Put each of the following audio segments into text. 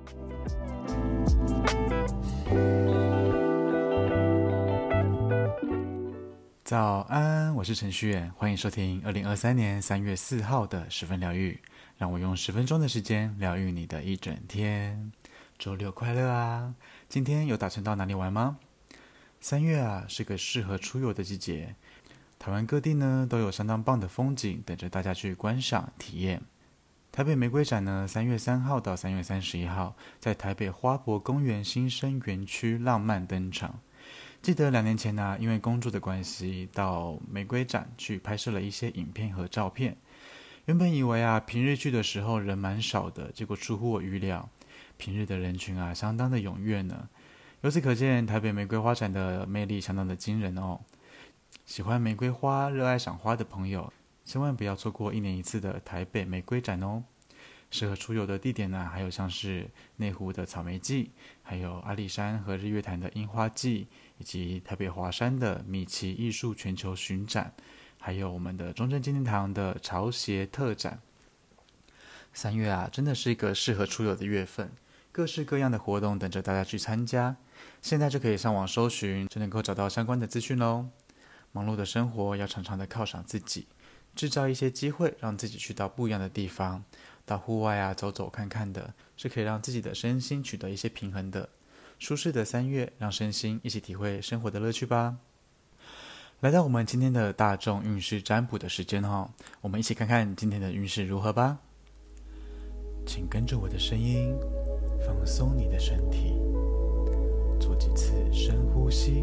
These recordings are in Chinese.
早安，我是程序员，欢迎收听2023年3月4号的10分疗愈，让我用10分钟的时间疗愈你的一整天。周六快乐啊！今天有打算到哪里玩吗？3月啊，是个适合出游的季节，台湾各地呢都有相当棒的风景等着大家去观赏体验。台北玫瑰展呢，3月3号到3月31号，在台北花博公园新生园区浪漫登场。记得2年前呢，因为工作的关系，到玫瑰展去拍摄了一些影片和照片。原本以为啊，平日去的时候人蛮少的，结果出乎我预料，平日的人群啊，相当的踊跃呢。由此可见，台北玫瑰花展的魅力相当的惊人哦。喜欢玫瑰花、热爱赏花的朋友，千万不要错过1年1次的台北玫瑰展哦。适合出游的地点呢，还有像是内湖的草莓季，还有阿里山和日月潭的樱花季，以及台北华山的米奇艺术全球巡展，还有我们的中正纪念堂的潮鞋特展。3月啊，真的是一个适合出游的月份，各式各样的活动等着大家去参加。现在就可以上网搜寻，就能够找到相关的资讯咯。忙碌的生活要常常的犒赏自己，制造一些机会，让自己去到不一样的地方，到户外啊走走看看的，是可以让自己的身心取得一些平衡的。舒适的3月，让身心一起体会生活的乐趣吧。来到我们今天的大众运势占卜的时间哦，我们一起看看今天的运势如何吧。请跟着我的声音，放松你的身体，做几次深呼吸，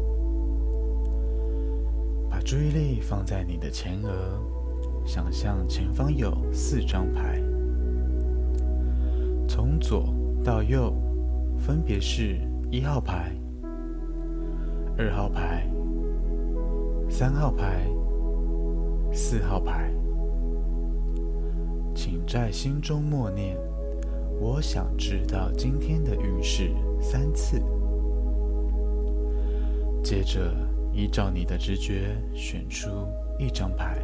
把注意力放在你的前额，想象前方有4张牌，从左到右分别是1号牌、2号牌、3号牌、4号牌。请在心中默念，我想知道今天的运势3次。接着依照你的直觉选出1张牌。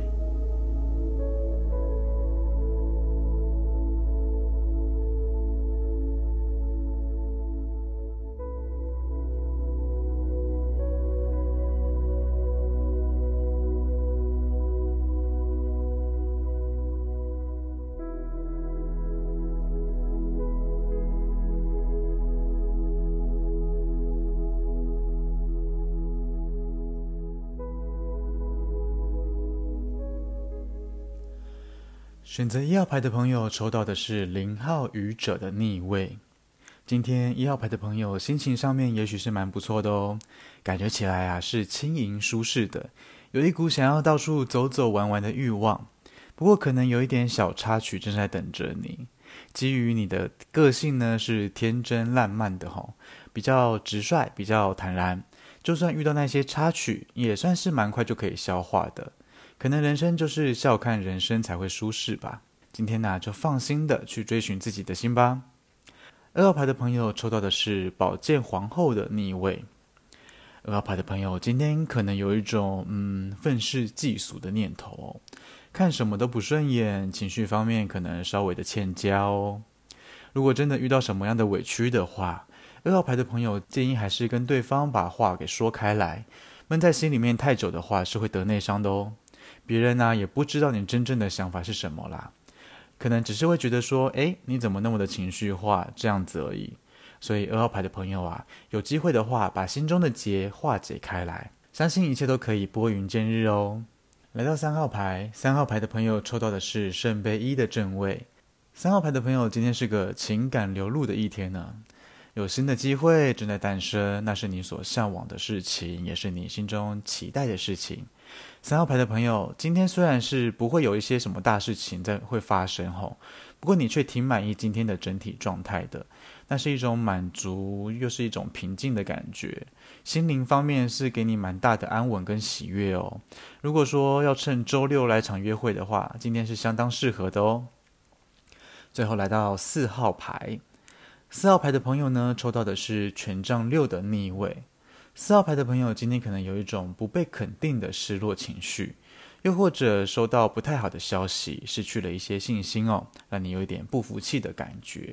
选择1号牌的朋友抽到的是0号愚者的逆位。今天1号牌的朋友心情上面也许是蛮不错的哦，感觉起来啊是轻盈舒适的，有一股想要到处走走玩玩的欲望。不过可能有一点小插曲正在等着你。基于你的个性呢是天真烂漫的吼，比较直率，比较坦然，就算遇到那些插曲，也算是蛮快就可以消化的。可能人生就是笑看人生才会舒适吧。今天呢，就放心的去追寻自己的心吧。2号牌的朋友抽到的是宝剑皇后的逆位。2号牌的朋友今天可能有一种愤世嫉俗的念头哦，看什么都不顺眼，情绪方面可能稍微的欠佳哦。如果真的遇到什么样的委屈的话，2号牌的朋友建议还是跟对方把话给说开来，闷在心里面太久的话是会得内伤的哦。别人呢也不知道你真正的想法是什么啦，可能只是会觉得说，你怎么那么的情绪化这样子而已。所以2号牌的朋友啊，有机会的话把心中的结化解开来，相信一切都可以拨云见日哦。来到3号牌，3号牌的朋友抽到的是圣杯1的正位。3号牌的朋友今天是个情感流露的一天呢，有新的机会正在诞生，那是你所向往的事情，也是你心中期待的事情。3号牌的朋友，今天虽然是不会有一些什么大事情会发生吼，不过你却挺满意今天的整体状态的，那是一种满足，又是一种平静的感觉，心灵方面是给你蛮大的安稳跟喜悦哦。如果说要趁周六来场约会的话，今天是相当适合的哦。最后来到4号牌，4号牌的朋友呢，抽到的是权杖6的逆位。4号牌的朋友今天可能有一种不被肯定的失落情绪，又或者收到不太好的消息，失去了一些信心哦，让你有一点不服气的感觉。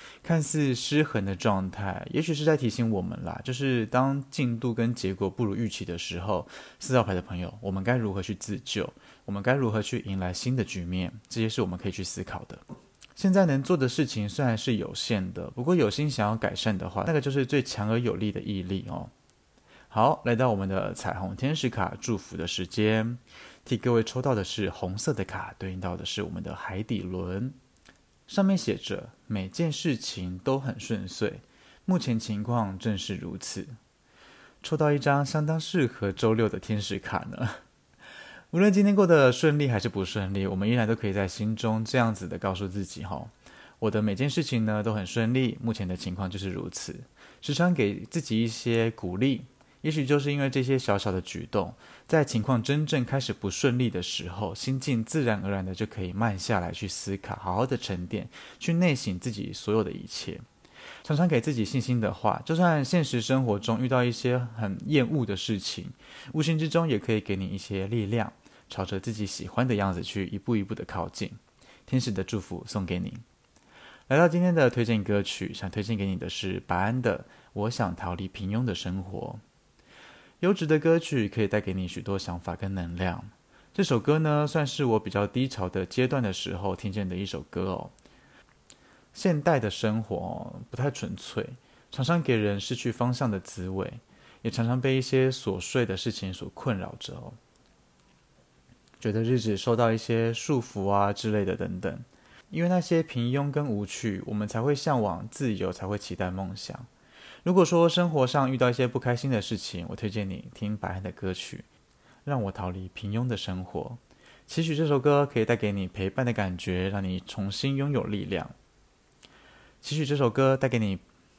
看似失衡的状态，也许是在提醒我们啦，就是当进度跟结果不如预期的时候，4号牌的朋友，我们该如何去自救，我们该如何去迎来新的局面，这些是我们可以去思考的。现在能做的事情虽然是有限的，不过有心想要改善的话，那个就是最强而有力的毅力哦。好，来到我们的彩虹天使卡祝福的时间，替各位抽到的是红色的卡，对应到的是我们的海底轮，上面写着每件事情都很顺遂，目前情况正是如此。抽到一张相当适合周六的天使卡呢。无论今天过得顺利还是不顺利，我们依然都可以在心中这样子的告诉自己我的每件事情呢都很顺利，目前的情况就是如此。时常给自己一些鼓励，也许就是因为这些小小的举动，在情况真正开始不顺利的时候，心境自然而然的就可以慢下来去思考，好好的沉淀，去内省自己所有的一切。常常给自己信心的话，就算现实生活中遇到一些很厌恶的事情，无形之中也可以给你一些力量，朝着自己喜欢的样子去一步一步的靠近。天使的祝福送给你。来到今天的推荐歌曲，想推荐给你的是白安的《我想逃离平庸的生活》。优质的歌曲可以带给你许多想法跟能量。这首歌呢，算是我比较低潮的阶段的时候听见的一首歌哦。现代的生活不太纯粹，常常给人失去方向的滋味，也常常被一些琐碎的事情所困扰着觉得日子受到一些束缚啊之类的等等。因为那些平庸跟无趣，我们才会向往自由，才会期待梦想。如果说生活上遇到一些不开心的事情，我推荐你听白安的歌曲，让我逃离平庸的生活。期许这首歌可以带给你陪伴的感觉，让你重新拥有力量。期许这首歌带给你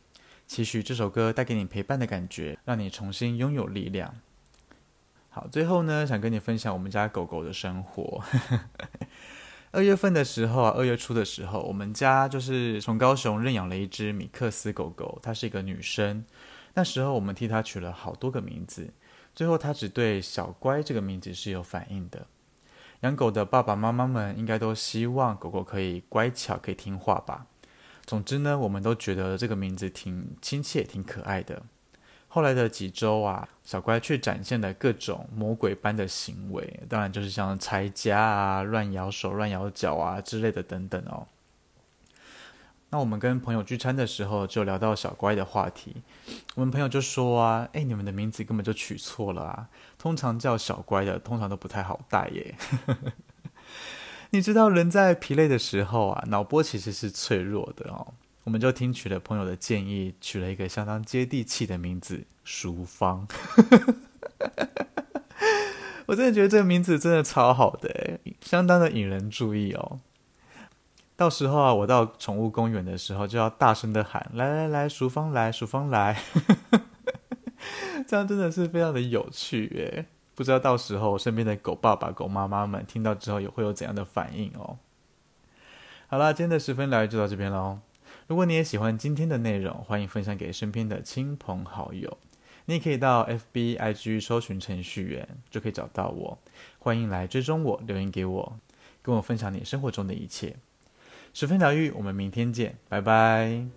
陪伴的感觉，让你重新拥有力量。好，最后呢，想跟你分享我们家狗狗的生活。2月份的时候2月初的时候，我们家就是从高雄认养了一只米克斯狗狗，它是一个女生。那时候我们替它取了好多个名字，最后它只对小乖这个名字是有反应的。养狗的爸爸妈妈们应该都希望狗狗可以乖巧，可以听话吧。总之呢，我们都觉得这个名字挺亲切，挺可爱的。后来的几周啊，小乖却展现了各种魔鬼般的行为，当然就是像拆家啊、乱摇手、乱摇脚啊之类的等等哦。那我们跟朋友聚餐的时候，就聊到小乖的话题。我们朋友就说啊，你们的名字根本就取错了啊，通常叫小乖的，通常都不太好带耶。你知道人在疲累的时候啊，脑波其实是脆弱的哦。我们就听取了朋友的建议，取了一个相当接地气的名字——淑芳。我真的觉得这个名字真的超好的耶，相当的引人注意哦。到时候啊，我到宠物公园的时候，就要大声的喊：来来来，淑芳来，淑芳来。这样真的是非常的有趣耶。不知道到时候身边的狗爸爸、狗妈妈们听到之后也会有怎样的反应哦。好啦，今天的10分疗愈就到这边咯。如果你也喜欢今天的内容，欢迎分享给身边的亲朋好友。你也可以到 FB、IG 搜寻程序员，就可以找到我。欢迎来追踪我，留言给我，跟我分享你生活中的一切。10分疗愈，我们明天见，拜拜。